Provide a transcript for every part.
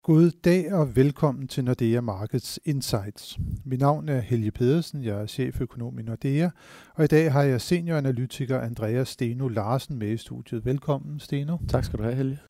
God dag og velkommen til Nordea Markets Insights. Mit navn er Helge Pedersen, jeg er cheføkonom i Nordea, og i dag har jeg senioranalytiker Andreas Steno Larsen med i studiet. Velkommen, Steno. Tak skal du have, Helge.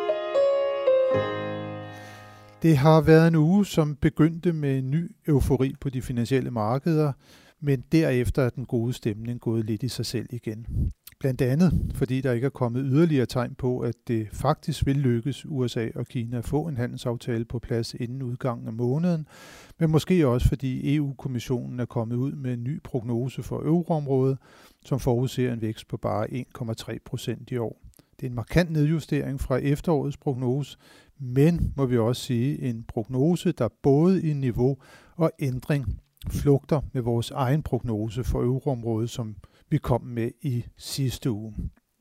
Det har været en uge, som begyndte med en ny eufori på de finansielle markeder, men derefter er den gode stemning gået lidt i sig selv igen. Blandt andet, fordi der ikke er kommet yderligere tegn på, at det faktisk vil lykkes USA og Kina at få en handelsaftale på plads inden udgangen af måneden, men måske også fordi EU-kommissionen er kommet ud med en ny prognose for euroområdet, som forudser en vækst på bare 1,3% i år. Det er en markant nedjustering fra efterårets prognose, men må vi også sige en prognose, der både i niveau og ændring flugter med vores egen prognose for euroområdet, som vi kom med i sidste uge.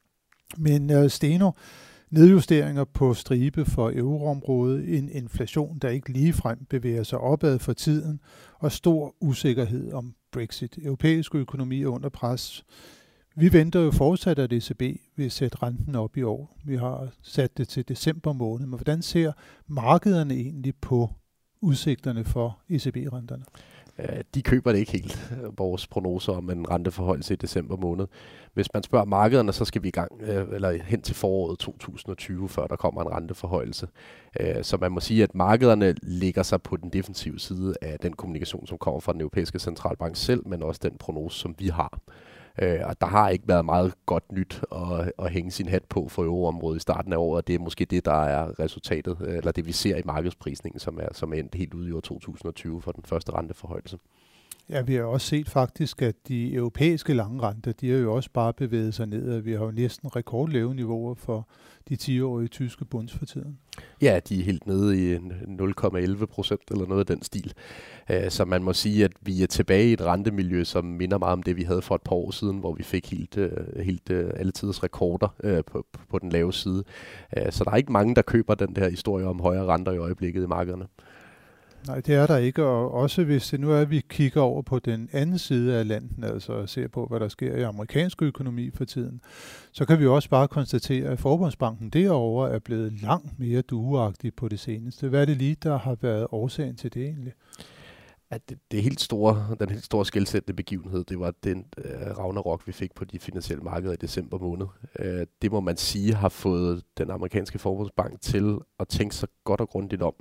Men Steno, nedjusteringer på stribe for euroområdet, en inflation, der ikke ligefrem bevæger sig opad for tiden, og stor usikkerhed om Brexit. Europæiske økonomi er under pres. Vi venter jo fortsat, at ECB vil sætte renten op i år. Vi har sat det til december måned, men hvordan ser markederne egentlig på udsigterne for ECB-renterne? De køber det ikke helt, vores prognoser om en renteforhøjelse i december måned. Hvis man spørger markederne, så skal vi i gang eller hen til foråret 2020, før der kommer en renteforhøjelse. Så man må sige, at markederne ligger sig på den defensive side af den kommunikation, som kommer fra den europæiske centralbank selv, men også den prognose, som vi har. Og der har ikke været meget godt nyt at hænge sin hat på for euroområdet i starten af året, og det er måske det, der er resultatet, eller det vi ser i markedsprisningen, som er endt helt ude i år 2020 for den første renteforhøjelse. Ja, vi har også set faktisk, at de europæiske lange renter, de har jo også bare bevæget sig ned, vi har jo næsten rekordlave niveauer for de 10-årige tyske bunds for tiden. Ja, de er helt nede i 0,11% eller noget af den stil. Så man må sige, at vi er tilbage i et rentemiljø, som minder meget om det, vi havde for et par år siden, hvor vi fik helt alle tiders rekorder på den lave side. Så der er ikke mange, der køber den der historie om højere renter i øjeblikket i markederne. Nej, det er der ikke, og også hvis det nu er, at vi kigger over på den anden side af Atlanten, altså ser på, hvad der sker i amerikansk økonomi for tiden, så kan vi også bare konstatere, at Forbundsbanken derovre er blevet langt mere dueagtig på det seneste. Hvad er det lige, der har været årsagen til det egentlig? At den helt store skelsættende begivenhed, det var den ragnarok, vi fik på de finansielle markeder i december måned. Det må man sige har fået den amerikanske Forbundsbank til at tænke sig godt og grundigt om.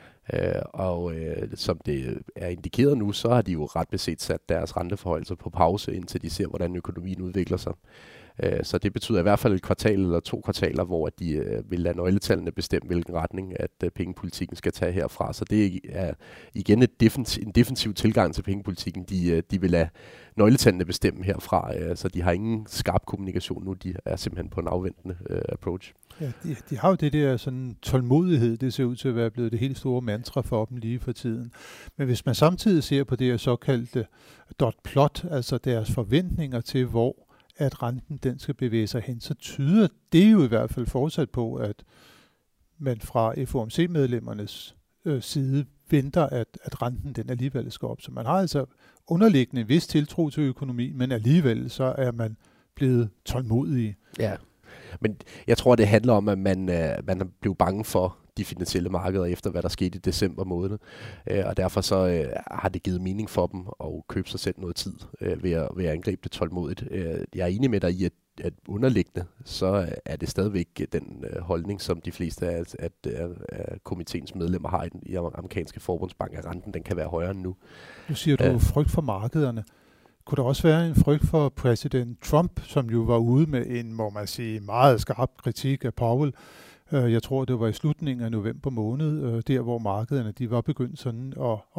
Som det er indikeret nu, så har de jo ret beset sat deres renteforhøjelser på pause, indtil de ser, hvordan økonomien udvikler sig. Så det betyder i hvert fald et kvartal eller 2 kvartaler, hvor de vil lade nøgletallene bestemme, hvilken retning at pengepolitikken skal tage herfra. Så det er igen en defensiv tilgang til pengepolitikken. De vil lade nøgletallene bestemme herfra, så de har ingen skarp kommunikation nu. De er simpelthen på en afventende approach. Ja, de har jo det der sådan tålmodighed, det ser ud til at være blevet det helt store mantra for dem lige for tiden. Men hvis man samtidig ser på det her såkaldte dot plot, altså deres forventninger til, hvor at renten den skal bevæge sig hen, så tyder det jo i hvert fald fortsat på, at man fra FOMC-medlemmernes side venter, at renten den alligevel skal op. Så man har altså underliggende en vis tiltro til økonomi, men alligevel så er man blevet tålmodige. Ja. Men jeg tror, det handler om, at man blev bange for de finansielle markeder efter, hvad der skete i december måned. Og derfor så har det givet mening for dem at købe sig selv noget tid ved at angribe det tålmodigt. Jeg er enig med dig i, at underliggende, så er det stadigvæk den holdning, som de fleste af komiteens medlemmer har i amerikanske forbundsbank, at renten den kan være højere end nu. Nu siger du frygt for markederne. Kunne der også være en frygt for præsident Trump, som jo var ude med en, må man sige, meget skarp kritik af Powell? Jeg tror, det var i slutningen af november måned, der hvor markederne de var begyndt sådan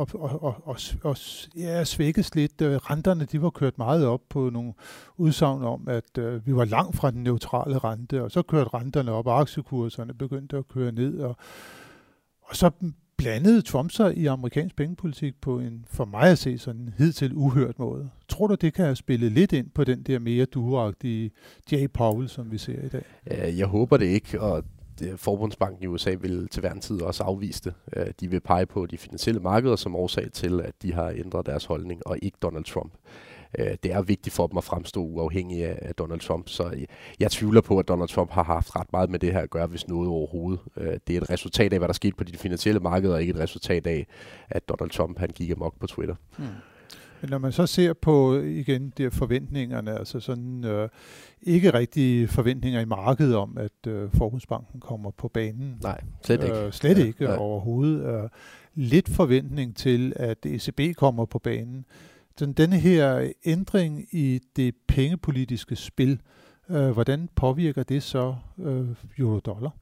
at svækkes lidt. Renterne de var kørt meget op på nogle udsagn om, at vi var langt fra den neutrale rente, og så kørte renterne op, og aktiekurserne begyndte at køre ned, og så blandede Trump sig i amerikansk pengepolitik på en, for mig at se, sådan hidtil uhørt måde. Tror du, det kan have spillet lidt ind på den der mere dueagtige Jay Powell, som vi ser i dag? Jeg håber det ikke, og Forbundsbanken i USA vil til hver en tid også afvise det. De vil pege på de finansielle markeder som årsag til, at de har ændret deres holdning, og ikke Donald Trump. Det er vigtigt for dem at fremstå uafhængige af Donald Trump, så jeg tvivler på, at Donald Trump har haft ret meget med det her at gøre, hvis noget overhovedet. Det er et resultat af, hvad der skete på de finansielle markeder, og ikke et resultat af, at Donald Trump han gik amok på Twitter. Men når man så ser på igen de forventningerne, altså sådan ikke rigtige forventninger i markedet om, at Forbundsbanken kommer på banen. Nej, slet ikke. Slet ikke overhovedet. Lidt forventning til, at ECB kommer på banen. Denne her ændring i det pengepolitiske spil, hvordan påvirker det så euro-dollar?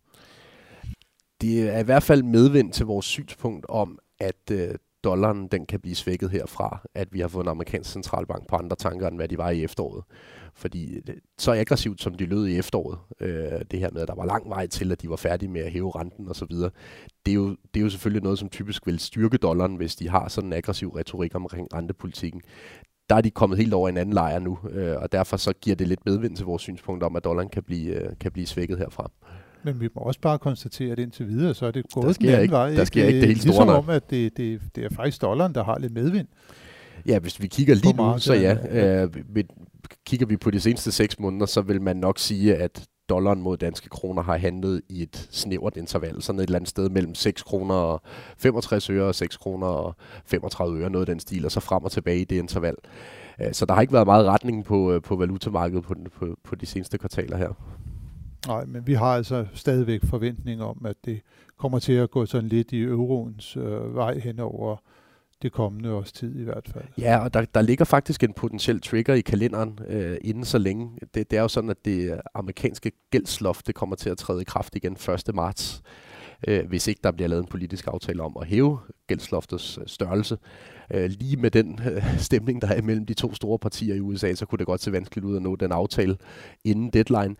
Det er i hvert fald medvind til vores synspunkt om, at dollaren den kan blive svækket herfra, at vi har fået en amerikansk centralbank på andre tanker, end hvad de var i efteråret. Fordi så aggressivt, som de lød i efteråret, det her med, at der var lang vej til, at de var færdige med at hæve renten osv., det er jo selvfølgelig noget, som typisk vil styrke dollaren, hvis de har sådan en aggressiv retorik omkring rentepolitikken. Der er de kommet helt over en anden lejr nu, og derfor så giver det lidt medvind til vores synspunkt om, at dollaren kan blive svækket herfra. Men vi må også bare konstatere, at indtil videre, så er det gået den anden vej. Der sker ikke det helt store. Ligesom om, at det er faktisk dollaren, der har lidt medvind. Ja, hvis vi kigger lige nu, så ja. Kigger vi på de seneste 6 måneder, så vil man nok sige, at dollaren mod danske kroner har handlet i et snævert interval. Sådan et eller andet sted mellem 6 kroner og 65 øre og 6 kroner og 35 øre, noget af den stil, og så frem og tilbage i det interval. Så der har ikke været meget retning på valutamarkedet på de seneste kvartaler her. Nej, men vi har altså stadigvæk forventning om, at det kommer til at gå sådan lidt i euroens vej hen over det kommende års tid i hvert fald. Ja, og der ligger faktisk en potentiel trigger i kalenderen inden så længe. Det er jo sådan, at det amerikanske gældsloft det kommer til at træde i kraft igen 1. marts, hvis ikke der bliver lavet en politisk aftale om at hæve gældsloftets størrelse. Lige med den stemning, der er imellem de 2 store partier i USA, så kunne det godt se vanskeligt ud at nå den aftale inden deadline.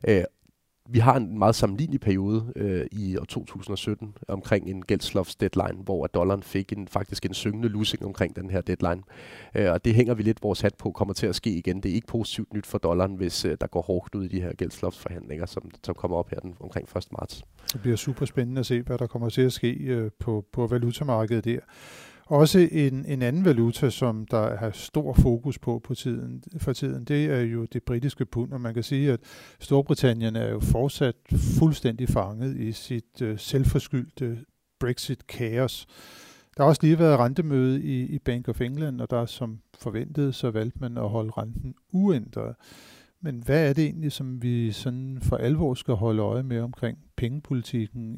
Vi har en meget sammenlignelig periode i år 2017 omkring en gældslofts-deadline, hvor dollaren fik faktisk en syngende lussing omkring den her deadline. Og det hænger vi lidt vores hat på, kommer til at ske igen. Det er ikke positivt nyt for dollaren, hvis der går hårdt ud i de her gældsloftsforhandlinger, som kommer op her omkring 1. marts. Det bliver super spændende at se, hvad der kommer til at ske på valutamarkedet der. Også en anden valuta, som der er stor fokus på for tiden, det er jo det britiske pund, og man kan sige, at Storbritannien er jo fortsat fuldstændig fanget i sit selvforskyldte Brexit-kaos. Der har også lige været rentemøde i Bank of England, og der som forventet, så valgte man at holde renten uændret. Men hvad er det egentlig, som vi sådan for alvor skal holde øje med omkring pengepolitikken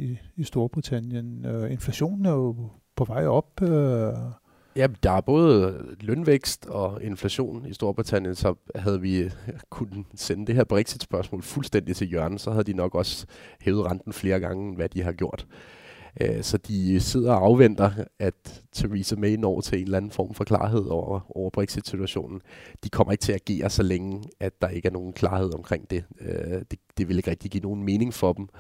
i Storbritannien? Inflationen er jo på vej op. Ja, der er både lønvækst og inflation i Storbritannien, så havde vi kunnet sende det her Brexit-spørgsmål fuldstændig til hjørnen, så havde de nok også hævet renten flere gange, end hvad de har gjort. Så de sidder og afventer, at Theresa May når til en eller anden form for klarhed over Brexit-situationen. De kommer ikke til at agere så længe, at der ikke er nogen klarhed omkring det. Det vil ikke rigtig give nogen mening for dem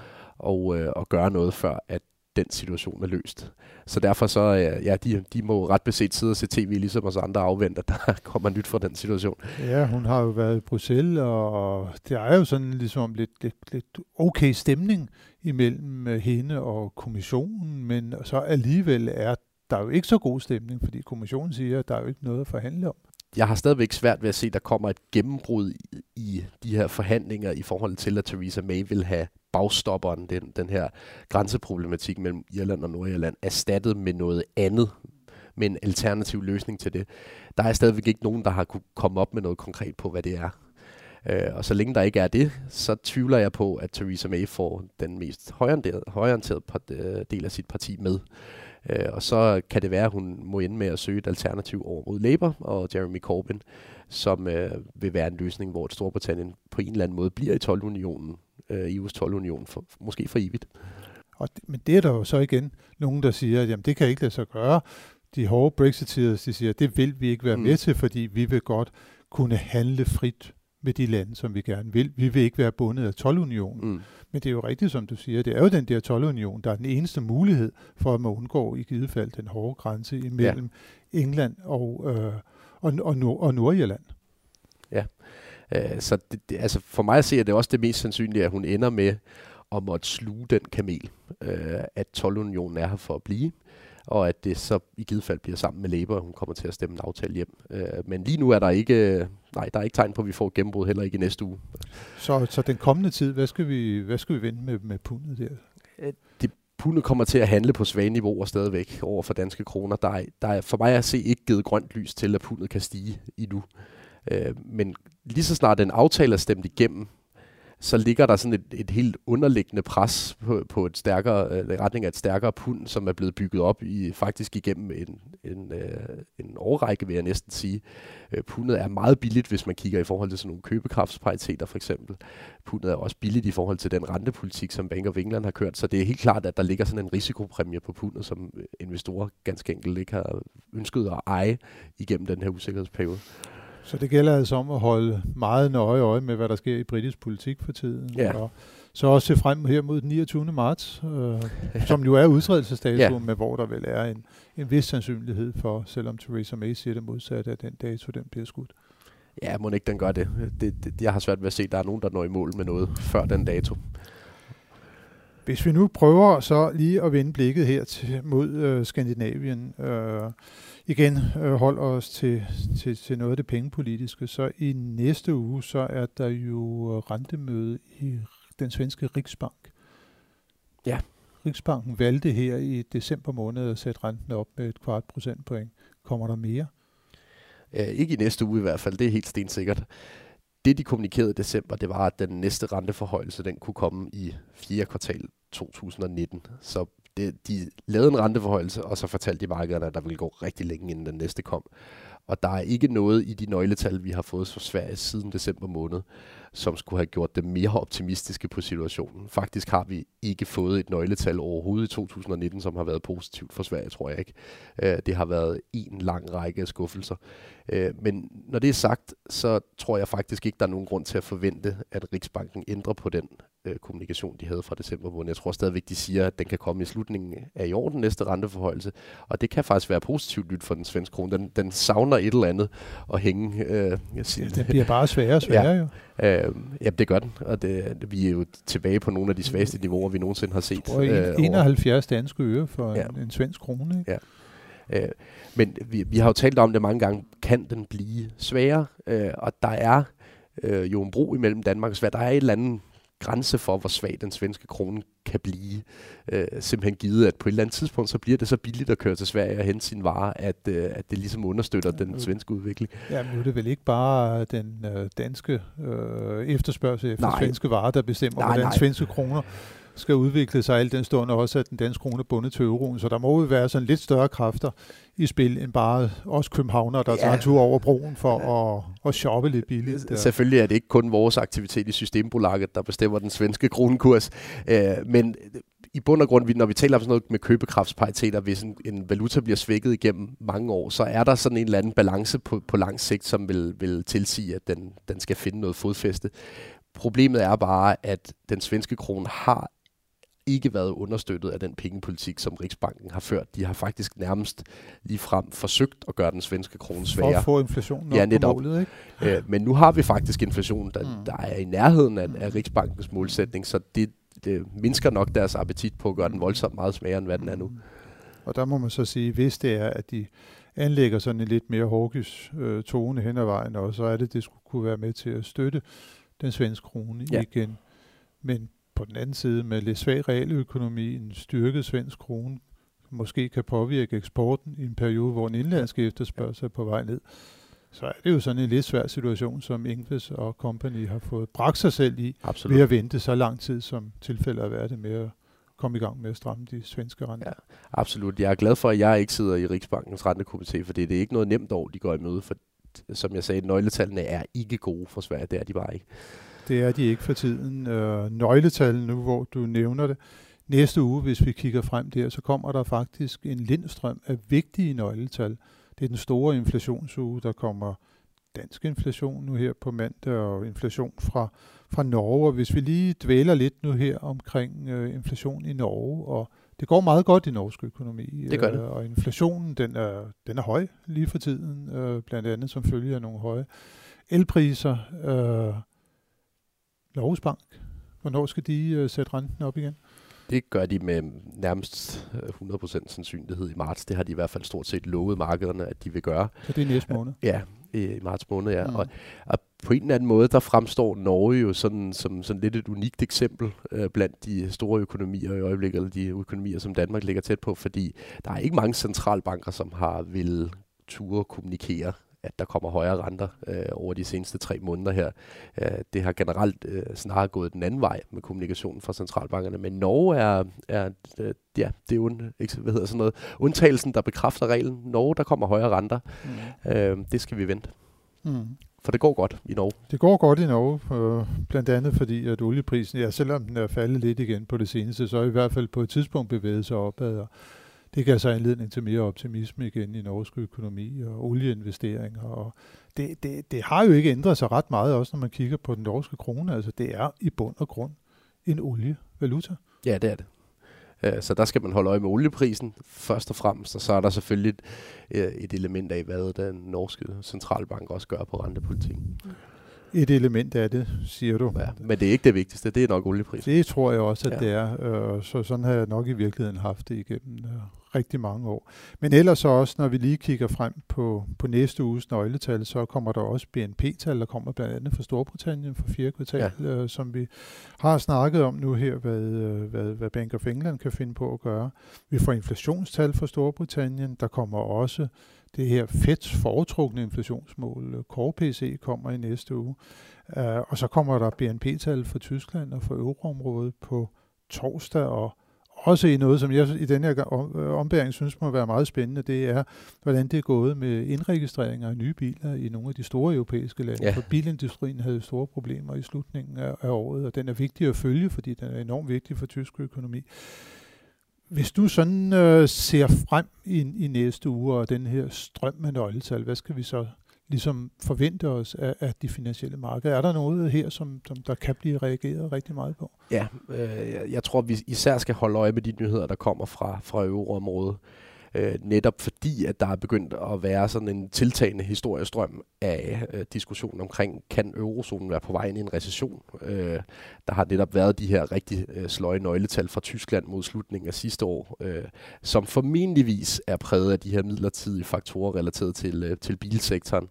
at gøre noget, før at den situation er løst. Så derfor så, de må ret beset sidde og se tv, ligesom os andre afventer, der kommer nyt fra den situation. Ja, hun har jo været i Bruxelles, og det er jo sådan ligesom lidt okay stemning imellem hende og kommissionen, men så alligevel er der jo ikke så god stemning, fordi kommissionen siger, at der er jo ikke noget at forhandle om. Jeg har stadigvæk svært ved at se, at der kommer et gennembrud i de her forhandlinger i forhold til, at Theresa May vil have bagstopperen, den her grænseproblematik mellem Irland og Nordirland, erstattet med noget andet, med en alternativ løsning til det. Der er stadigvæk ikke nogen, der har kunne komme op med noget konkret på, hvad det er. Og så længe der ikke er det, så tvivler jeg på, at Theresa May får den mest højorienterede del af sit parti med. Og så kan det være, at hun må ende med at søge et alternativ over mod Labour og Jeremy Corbyn, som vil være en løsning, hvor Storbritannien på en eller anden måde bliver i toldunionen, EU's toldunion, måske for evigt. Men det er der jo så igen nogen, der siger, at jamen, det kan ikke lade sig gøre. De hårde Brexiteers, de siger, at det vil vi ikke være med til, fordi vi vil godt kunne handle frit med de lande, som vi gerne vil. Vi vil ikke være bundet af toldunionen. Men det er jo rigtigt, som du siger, det er jo den der toldunion, der er den eneste mulighed for, at man undgår i givet fald den hårde grænse imellem England og Nordirland. Ja, så altså for mig at se, er det også det mest sandsynlige, at hun ender med at måtte sluge den kamel, at toldunionen er her for at blive, og at det så i givet fald bliver sammen med Labour, hun kommer til at stemme en aftale hjem. Men lige nu er der ikke tegn på, at vi får gennembrud heller ikke i næste uge. Så den kommende tid, hvad skal vi vende med pundet der? Pundet kommer til at handle på svage niveauer stadigvæk over for danske kroner. Der er for mig at se ikke givet grønt lys til, at pundet kan stige endnu. Men lige så snart den aftale er stemt igennem, så ligger der sådan et helt underliggende pres på et stærkere retning af et stærkere pund, som er blevet bygget op faktisk igennem en årrække, vil jeg næsten sige. Pundet er meget billigt, hvis man kigger i forhold til sådan nogle købekraftspariteter for eksempel. Pundet er også billigt i forhold til den rentepolitik, som Bank of England har kørt, så det er helt klart, at der ligger sådan en risikopræmie på pundet, som investorer ganske enkelt ikke har ønsket at eje igennem den her usikkerhedsperiode. Så det gælder altså om at holde meget nøje øje med, hvad der sker i britisk politik for tiden. Ja. Og så også se frem her mod den 29. marts, som jo er udtrædelsesdatoen, men hvor der vel er en vis sandsynlighed for, selvom Theresa May siger det modsatte, at den dato den bliver skudt. Ja, må ikke den gør det. Jeg har svært ved at se, at der er nogen, der når i mål med noget før den dato. Hvis vi nu prøver så lige at vende blikket her mod Skandinavien, igen holder os til noget af det pengepolitiske, så i næste uge, så er der jo rentemøde i den svenske Riksbank. Ja. Riksbanken valgte her i december måned at sætte renten op med 0,25 procentpoint. Kommer der mere? Ikke i næste uge i hvert fald, det er helt stensikkert. Det, de kommunikerede i december, det var, at den næste renteforhøjelse, den kunne komme i 4. kvartal 2019. Så de lavede en renteforhøjelse, og så fortalte de markederne, at der ville gå rigtig længe, inden den næste kom. Og der er ikke noget i de nøgletal, vi har fået fra Sverige siden december måned, som skulle have gjort dem mere optimistiske på situationen. Faktisk har vi ikke fået et nøgletal overhovedet i 2019, som har været positivt for Sverige, tror jeg ikke. Det har været en lang række af skuffelser. Men når det er sagt, så tror jeg faktisk ikke, der er nogen grund til at forvente, at Riksbanken ændrer på den kommunikation, de havde fra december måned. Jeg tror stadigvæk, de siger, at den kan komme i slutningen af i år, den næste renteforhøjelse. Og det kan faktisk være positivt nyt for den svenske krone. Den savner et eller andet at hænge. Den bliver bare sværere og sværere jo. Ja, det gør den. Og vi er jo tilbage på nogle af de svageste niveauer, vi nogensinde har set. 71 danske øre for en svensk krone, ikke? Ja. Men vi har jo talt om det mange gange. Kan den blive sværere? Og der er jo en bro imellem Danmark og Sverige. Der er et eller andet grænse for, hvor svag den svenske krone kan blive. Simpelthen givet, at på et eller andet tidspunkt, så bliver det så billigt at køre til Sverige og hente sine varer, at det ligesom understøtter den svenske udvikling. Ja, men nu er det vel ikke bare den danske efterspørgsel efter svenske varer, der bestemmer, hvordan svenske kroner skal udvikle sig, al den stund også, at den danske krone er bundet til euroen. Så der må jo være sådan lidt større kræfter i spil, end bare os københavnere, der tager en tur over broen for at shoppe lidt billigt. Selvfølgelig er det ikke kun vores aktivitet i Systembolaget, der bestemmer den svenske kronekurs, men i bund og grund, når vi taler om sådan noget med købekraftspariteter, hvis en valuta bliver svækket igennem mange år, så er der sådan en eller anden balance på lang sigt, som vil tilsige, at den skal finde noget fodfæste. Problemet er bare, at den svenske krone har ikke været understøttet af den pengepolitik, som Riksbanken har ført. De har faktisk nærmest ligefrem forsøgt at gøre den svenske krone svagere. For at få inflationen op på målet, ikke? Men nu har vi faktisk inflation, der er i nærheden af Riksbankens målsætning, så det mindsker nok deres appetit på at gøre den voldsomt meget svagere, end hvad den er nu. Og der må man så sige, hvis det er, at de anlægger sådan en lidt mere hawkish tone hen ad vejen, og så er det skulle kunne være med til at støtte den svenske krone igen. Men på den anden side, med lidt svag realøkonomi, en styrket svensk krone, måske kan påvirke eksporten i en periode, hvor en indlandske efterspørgsel er på vej ned, så er det jo sådan en lidt svær situation, som Ingves og company har fået bragt sig selv i, ved at vente så lang tid, som tilfældet har været det med at komme i gang med at stramme de svenske renter. Ja, absolut. Jeg er glad for, at jeg ikke sidder i Riksbankens rentekomité, for det er ikke noget nemt år, de går i møde, for som jeg sagde, nøgletallene er ikke gode for Sverige, det er de bare ikke. Det er de ikke for tiden. Nøgletallene nu, hvor du nævner det. Næste uge, hvis vi kigger frem der, så kommer der faktisk en lindstrøm af vigtige nøgletal. Det er den store inflationsuge, der kommer dansk inflation nu her på mandag, og inflation fra Norge. Og hvis vi lige dvæler lidt nu her omkring inflation i Norge, og det går meget godt i norsk økonomi. Det gør det. Og inflationen, den er høj lige for tiden, blandt andet som følge af nogle høje elpriser. Norges Bank Hvornår skal de sætte renten op igen? Det gør de med nærmest 100% sandsynlighed i marts. Det har de i hvert fald stort set lovet markederne, at de vil gøre. Så det er næste måned? Ja, i marts måned, ja. Og på en eller anden måde, der fremstår Norge jo som sådan lidt et unikt eksempel blandt de store økonomier i øjeblikket, eller de økonomier, som Danmark ligger tæt på, fordi der er ikke mange centralbanker, som har vil ture kommunikere, at der kommer højere renter over de seneste 3 måneder her. Det har generelt snarere gået den anden vej med kommunikationen fra centralbankerne, men Norge det er jo undtagelsen, der bekræfter reglen. Norge, der kommer højere renter. Det skal vi vente. For det går godt i Norge. Det går godt i Norge, blandt andet fordi, at olieprisen, selvom den er faldet lidt igen på det seneste, så er i hvert fald på et tidspunkt bevæget sig opad, og det gav så anledning til mere optimisme igen i norsk økonomi og olieinvesteringer. Og det har jo ikke ændret sig ret meget, også når man kigger på den norske krone. Altså det er i bund og grund en olievaluta. Ja, det er det. Så der skal man holde øje med olieprisen først og fremmest, og så er der selvfølgelig et element af, hvad den norske centralbank også gør på rentepolitikken. Et element af det, siger du. Ja, men det er ikke det vigtigste, det er nok olieprisen. Det tror jeg også, at det er. Så sådan har jeg nok i virkeligheden haft det igennem rigtig mange år. Men ellers så også, når vi lige kigger frem på næste uges nøgletal, så kommer der også BNP-tal, der kommer blandt andet fra Storbritannien for 4. kvartal, som vi har snakket om nu her, hvad Bank of England kan finde på at gøre. Vi får inflationstal fra Storbritannien, der kommer også det her Feds foretrukne inflationsmål, Core PC, kommer i næste uge. Og så kommer der BNP-tal for Tyskland og for euroområdet på torsdag, og også i noget, som jeg i denne her ombæring synes må være meget spændende, det er, hvordan det er gået med indregistreringer af nye biler i nogle af de store europæiske lande. Ja. For bilindustrien havde store problemer i slutningen af året, og den er vigtig at følge, fordi den er enormt vigtig for tysk økonomi. Hvis du sådan ser frem i næste uge og den her strøm af nøgletal, hvad skal vi så ligesom forvente os af de finansielle markeder? Er der noget her, som der kan blive reageret rigtig meget på? Ja, jeg tror, vi især skal holde øje med de nyheder, der kommer fra euroområdet. Netop fordi, at der er begyndt at være sådan en tiltagende historiestrøm af diskussionen omkring, kan eurozonen være på vej ind i en recession? Der har netop været de her rigtig sløje nøgletal fra Tyskland mod slutningen af sidste år, som formentligvis er præget af de her midlertidige faktorer relateret til bilsektoren.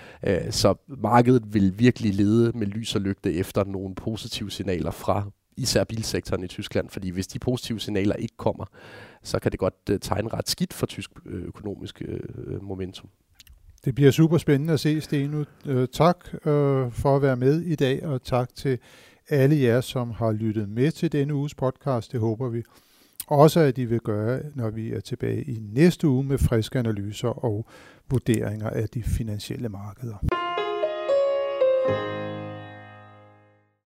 Så markedet vil virkelig lede med lys og lygte efter nogle positive signaler fra især bilsektoren i Tyskland, fordi hvis de positive signaler ikke kommer, så kan det godt tegne ret skidt for tysk økonomisk momentum. Det bliver super spændende at se, Steno. Tak for at være med i dag, og tak til alle jer, som har lyttet med til denne uges podcast. Det håber vi også, at I vil gøre, når vi er tilbage i næste uge med friske analyser og vurderinger af de finansielle markeder.